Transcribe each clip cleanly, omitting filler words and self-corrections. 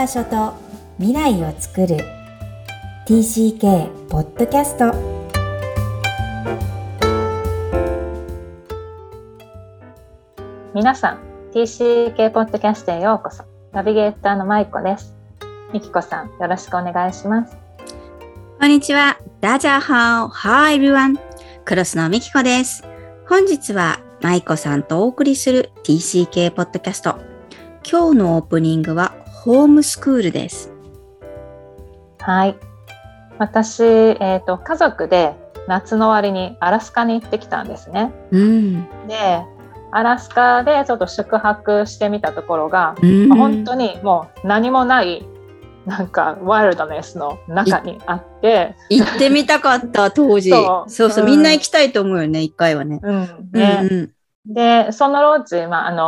場所と未来をつくる TCK ポッドキャスト。 皆さん TCK ポッドキャストへようこそ。ナビゲーターのまいこです。みきこさん、よろしくお願いします。 こんにちは。ダジャーハオ。Hi everyone。クロスのみきこです。本日はまいこさんとお送りする TCK ポッドキャスト。今日のオープニングはホームスクールです。 はい。私、家族で夏の終わりにアラスカに行ってきたんですね。で、アラスカでちょっと宿泊してみたところが、本当にもう何もないなんかワイルドネスの中にあって行ってみたかった当時そう、みんな行きたいと思うよね、一回はね。 でそのロッジ、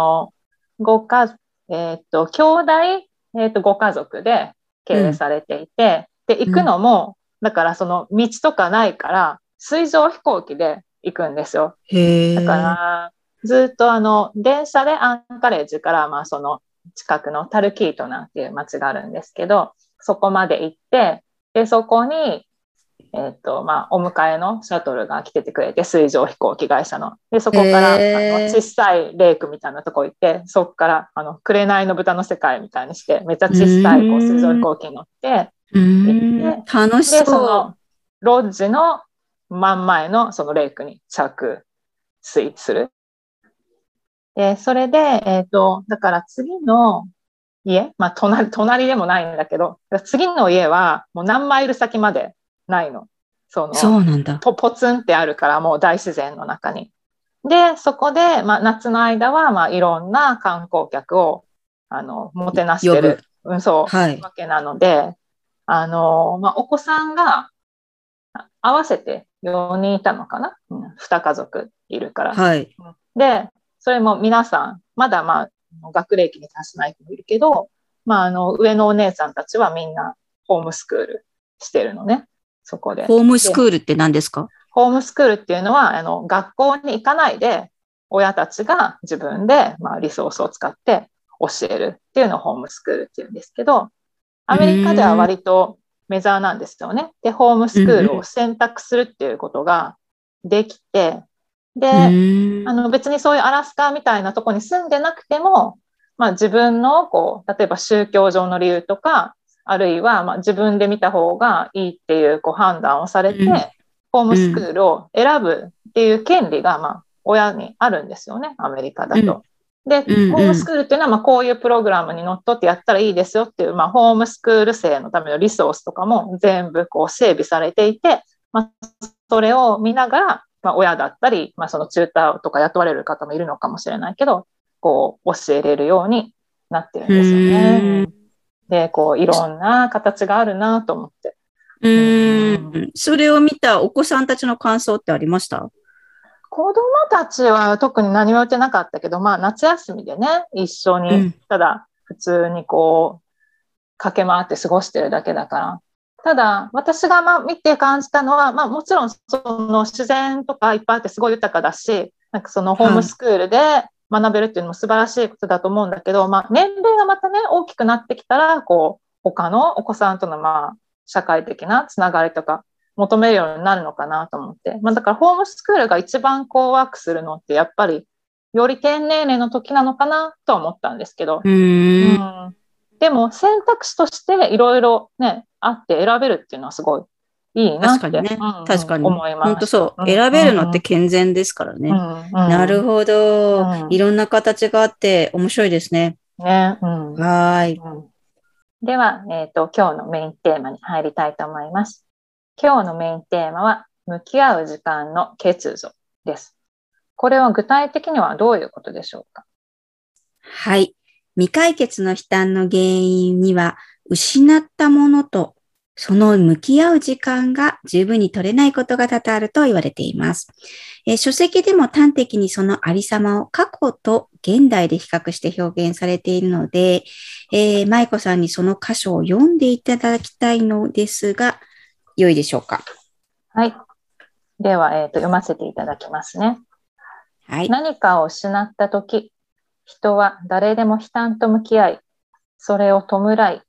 兄弟、ご家族で経営されていて、で行くのも、だからその道とかないから水上飛行機で行くんですよ。だからずっと電車でアンカレッジから、その近くのタルキートナっていう町があるんですけど、そこまで行って、でそこに、お迎えのシャトルが来ててくれて、水上飛行機会社の。でそこから小さいレイクみたいなとこ行って、そこから紅の豚の世界みたいにしてめっちゃ小さい水上飛行機に乗って行って、 楽しそう。 でそのロッジの真ん前のそのレイクに着水する。それで、だから次の家、隣でもないんだけど、次の家はもう何マイル先までないの。 そうなんだ。 ポツンってあるから、もう大自然の中に。で、そこで、夏の間は、いろんな観光客を、もてなしてる、わけなので、お子さんが合わせて4人いたのかな、2家族いるから。で、それも皆さん、まだ学齢期に達しない子もいるけど、上のお姉さんたちはみんなホームスクールしてるのね、そこで。 ホームスクールって何ですか？ ホームスクールっていうのは、学校に行かないで、親たちが自分で、リソースを使って教えるっていうのをホームスクールっていうんですけど、アメリカでは割とメジャーなんですよね。で、ホームスクールを選択するっていうことができて、で、別にそういうアラスカみたいなところに住んでなくても、自分の例えば宗教上の理由とか、あるいは自分で見た方がいいっていう判断をされて、ホームスクールを選ぶっていう権利が親にあるんですよね、アメリカだと。で、ホームスクールっていうのはこういうプログラムにのっとってやったらいいですよっていう、ホームスクール生のためのリソースとかも全部整備されていて、それを見ながら、親だったり、そのチューターとか雇われる方もいるのかもしれないけど、教えれるようになってるんですよね。で、いろんな形があるなと思って。 それを見たお子さんたちの感想ってありました？ 子供たちは特に何も言ってなかったけど、夏休みでね、一緒に、ただ普通に駆け回って過ごしてるだけだから。ただ、私が見て感じたのは、もちろんその自然とかいっぱいあってすごい豊かだし、なんかそのホームスクールで学べるっていうのも素晴らしいことだと思うんだけど、年齢がまたね、大きくなってきたら、他のお子さんとの社会的なつながりとか求めるようになるのかなと思って。だからホームスクールが一番ワークするのってやっぱりより低年齢の時なのかなと思ったんですけど。でも選択肢としていろいろね、あって選べるっていうのはすごいいいなって、 確かに思います。 本当そう、選べるのって健全ですからね。なるほど、いろんな形があって面白いですね。はい。 では、今日のメインテーマに入りたいと思います。今日のメインテーマは、向き合う時間の欠如です。これは具体的にはどういうことでしょうか？ はい。未解決の悲嘆の原因には、失ったものとその向き合う時間が十分に取れないことが多々あると言われています。書籍でも端的にそのありさまを過去と現代で比較して表現されているので、舞子さんにその箇所を読んでいただきたいのですが、良いでしょうか？ はい。では、読ませていただきますね。はい。何かを失ったとき、人は誰でも悲嘆と向き合い、それを弔い、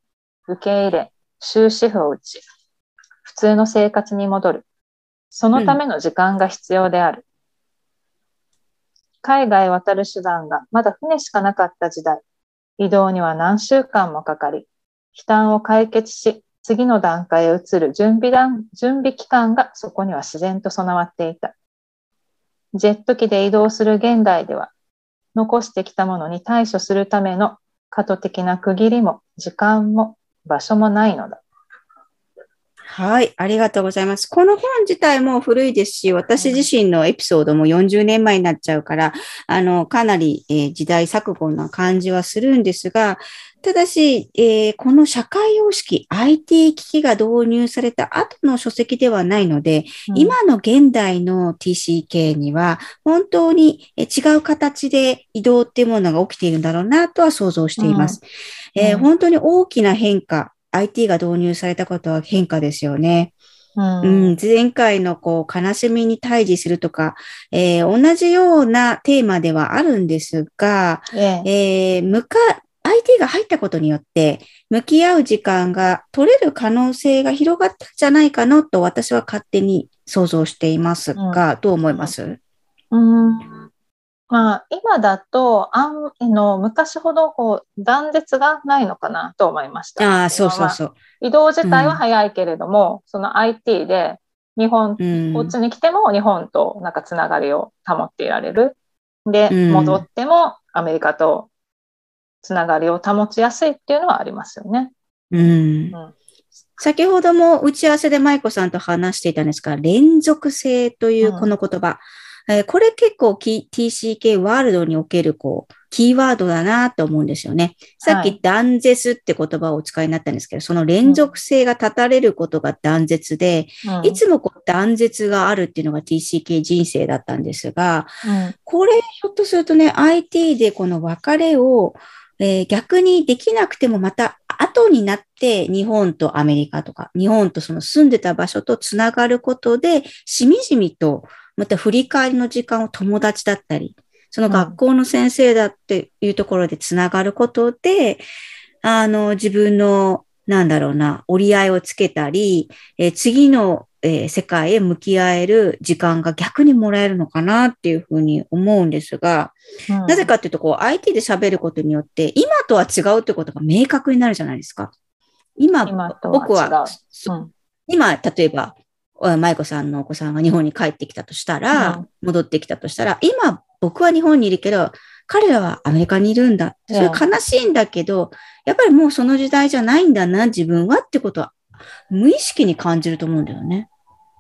受け入れ、終止符を打ち、普通の生活に戻る。そのための時間が必要である。海外渡る手段がまだ船しかなかった時代、移動には何週間もかかり、負担を解決し、次の段階へ移る準備期間がそこには自然と備わっていた。ジェット機で移動する現代では、残してきたものに対処するための過渡的な区切りも時間も場所もないのだ。 はい、ありがとうございます。この本自体も古いですし、私自身のエピソードも40年前になっちゃうから、かなり、時代錯誤な感じはするんですが、ただし、この社会様式、IT 機器が導入された後の書籍ではないので、今の現代の TCK には、本当に違う形で移動っていうものが起きているんだろうなとは想像しています。本当に大きな変化、IT が導入されたことは変化ですよね。前回の悲しみに対峙するとか、同じようなテーマではあるんですが、IT が入ったことによって、向き合う時間が取れる可能性が広がったんじゃないかなと私は勝手に想像していますが、どう思います？ まあ、今だと昔ほど断絶がないのかなと思いました。 そうそうそう。 移動自体は早いけれども、その IT でこっちに来ても日本となんかつながりを保っていられる。で、戻ってもアメリカとつながりを保ちやすいっていうのはありますよね。 先ほども打ち合わせで舞子さんと話していたんですが、連続性というこの言葉。これ結構TCK ワールドにおけるキーワードだなと思うんですよね。さっき断絶って言葉をお使いになったんですけど、その連続性が断たれることが断絶で、いつも断絶があるっていうのが TCK 人生だったんですが、これひょっとするとね、IT でこの別れを、逆にできなくてもまた後になって日本とアメリカとか、日本とその住んでた場所とつながることで、しみじみとまた振り返りの時間を友達だったり、その学校の先生だっていうところでつながることで、自分の、折り合いをつけたり、次の、世界へ向き合える時間が逆にもらえるのかなっていうふうに思うんですが、なぜかっていうと、IT で喋ることによって、今とは違うってことが明確になるじゃないですか。僕は、今、例えば、舞子さんのお子さんが日本に帰ってきたとしたら、戻ってきたとしたら、今僕は日本にいるけど、彼らはアメリカにいるんだ。それ悲しいんだけど、やっぱりもうその時代じゃないんだな、自分はってことは、無意識に感じると思うんだよね。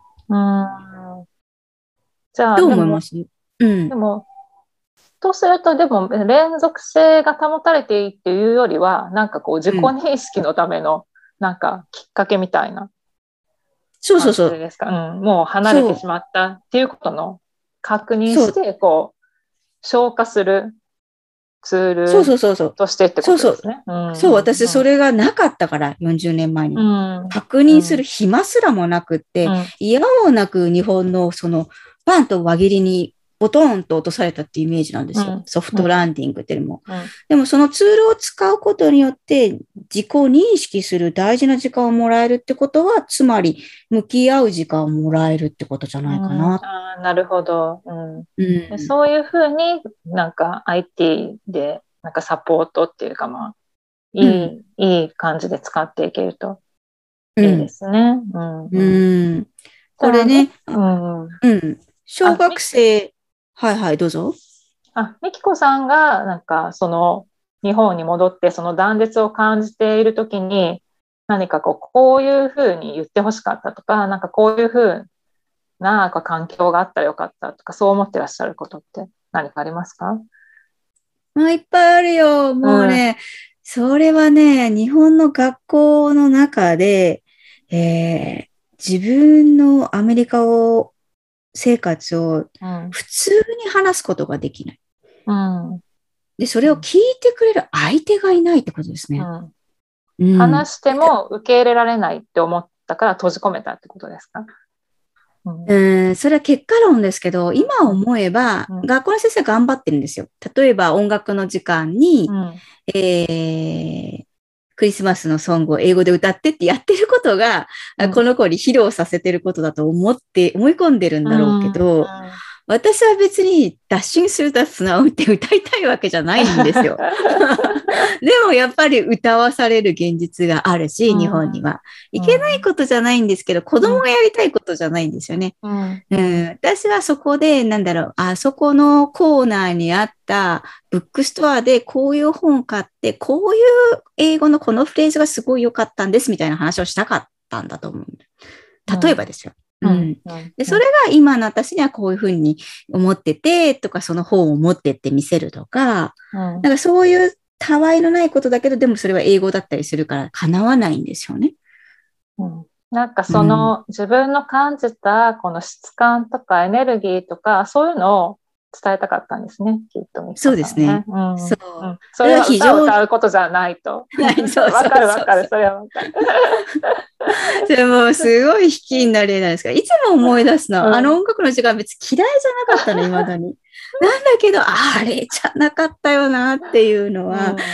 じゃあ、 どう思います？ でも、とすると、でも連続性が保たれていいっていうよりは、なんか自己認識のための、なんかきっかけみたいな。 そうそうそう。 ですか。もう離れてしまったっていうことの確認して、消化するツールとしてってことですね。 そう、私それがなかったから、40年前に。確認する暇すらもなくって、嫌もなく日本のそのパンと輪切りにボトンと落とされたっていうイメージなんですよ。ソフトランディングっていうのも。でもそのツールを使うことによって自己認識する大事な時間をもらえるってことは、つまり向き合う時間をもらえるってことじゃないかな。 なるほど。そういうふうになんか IT でなんかサポートっていうかいい感じで使っていけるといいですね。 これね、小学生、どうぞ。 みきこさんが、なんか、日本に戻って、その断絶を感じているときに、何かこういうふうに言ってほしかったとか、なんかこういうふうな環境があったらよかったとか、そう思ってらっしゃることって何かありますか？ いっぱいあるよ。もうね、それはね、日本の学校の中で、自分のアメリカ生活を普通に話すことができない。で、それを聞いてくれる相手がいないってことですね。 話しても受け入れられないって思ったから閉じ込めたってことですか？ それは結果論ですけど、今思えば、学校の先生頑張ってるんですよ。例えば音楽の時間に、 クリスマスのソングを英語で歌ってってやってることが、この子に披露させてることだと思い込んでるんだろうけど、私は別にダッシングスルーダスナウって歌いたいわけじゃないんですよ。でもやっぱり歌わされる現実があるし、日本には。いけないことじゃないんですけど、子供がやりたいことじゃないんですよね。私はそこで、あそこのコーナーにあったブックストアでこういう本買って、こういう英語のこのフレーズがすごい良かったんですみたいな話をしたかったんだと思う。例えばですよ。で、それが今の私にはこういうふうに思っててとか、その本を持ってって見せるとか、なんかそういうたわいのないことだけど、でもそれは英語だったりするから叶わないんですよね。 なんかその、自分の感じたこの質感とかエネルギーとか、そういうのを伝えたかったんですね、きっと。 そうですね。 それは歌を歌うことじゃないと。わかる、それはわかる。 でも、すごい引きになれないですから、いつも思い出すの。あの音楽の時間別に嫌いじゃなかったの、未だに。なんだけど、あれじゃなかったよなっていうのはあって、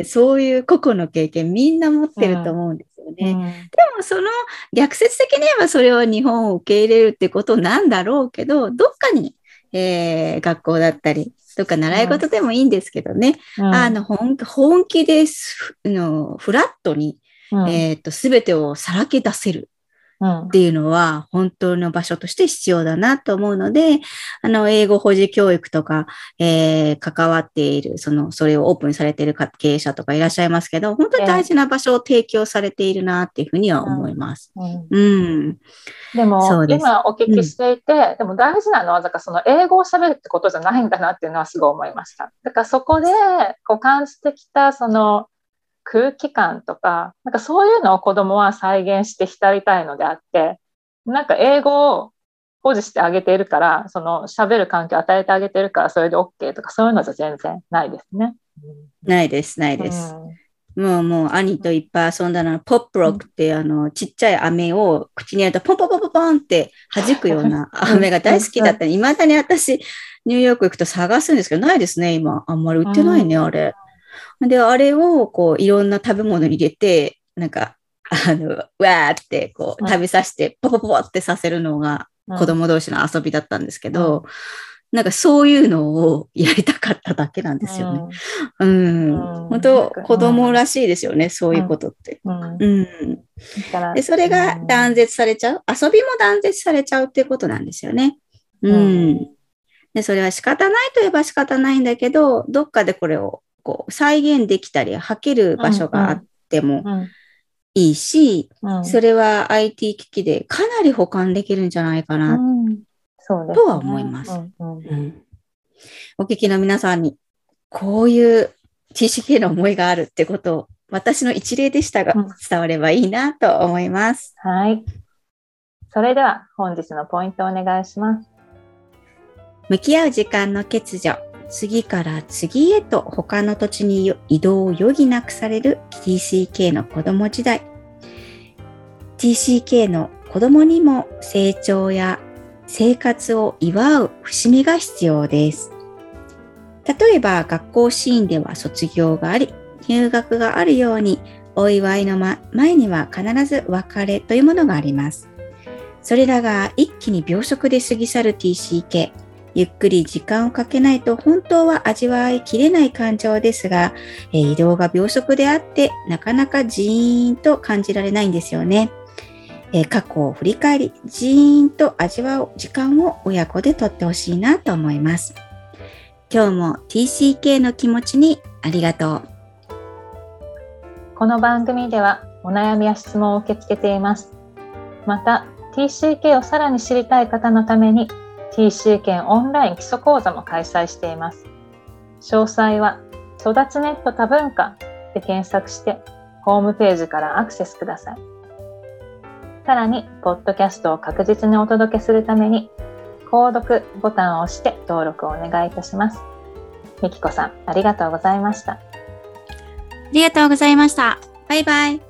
そういう個々の経験みんな持ってると思うんですよね。でも、その逆説的に言えばそれは日本を受け入れるってことなんだろうけど、どっかに、学校だったり、とか習い事でもいいんですけどね、本気でフラットに、すべてをさらけ出せるっていうのは本当の場所として必要だなと思うので、英語保持教育とか、関わっている、それをオープンされている経営者とかいらっしゃいますけど、本当に大事な場所を提供されているなっていうふうには思います。 でも、今お聞きしていて、でも大事なのは、だからその英語を喋るってことじゃないんだなっていうのはすごい思いました。だからそこでこう感じてきたその空気感とか、なんかそういうのを子供は再現して浸りたいのであって、なんか英語を保持してあげているから、その喋る環境を与えてあげているからそれで OK とかそういうのじゃ全然ないですね。 ないです。もう兄といっぱい遊んだのはポップロックってちっちゃい飴を口にやるとポンポンポンポンポンって弾くような飴が大好きだった。未だに私ニューヨーク行くと探すんですけどないですね、今。あんまり売ってないね、あれ。で、あれをこういろんな食べ物に入れて、なんかわーってこう食べさせてポポポポってさせるのが子供同士の遊びだったんですけど、なんかそういうのをやりたかっただけなんですよね。本当子供らしいですよね、そういうことって。で、それが断絶されちゃう。遊びも断絶されちゃうっていうことなんですよね。で、それは仕方ないといえば仕方ないんだけど、どっかでこれをこう再現できたり、履ける場所があってもいいし、それは IT 機器でかなり保管できるんじゃないかな。とは思います。お聞きの皆さんに、こういう TCK の思いがあるってことを、私の一例でしたが、伝わればいいなと思います。 はい。それでは、本日のポイントをお願いします。 向き合う時間の欠如、次から次へと他の土地に移動を余儀なくされる TCK の子供時代。TCK の子供にも成長や生活を祝う節目が必要です。例えば学校シーンでは卒業があり、入学があるように、お祝いの前には必ず別れというものがあります。それらが一気に秒速で過ぎ去る TCK。ゆっくり時間をかけないと本当は味わいきれない感情ですが、移動が秒速であってなかなかジーンと感じられないんですよね。過去を振り返り、ジーンと味わう時間を親子でとってほしいなと思います。今日も TCK の気持ちにありがとう。 この番組ではお悩みや質問を受け付けています。また TCK をさらに知りたい方のために TCK オンライン基礎講座も開催しています。詳細は育つネット多文化で検索してホームページからアクセスください。さらに、ポッドキャストを確実にお届けするために、購読ボタンを押して登録をお願いいたします。みきこさん、ありがとうございました。 ありがとうございました。バイバイ。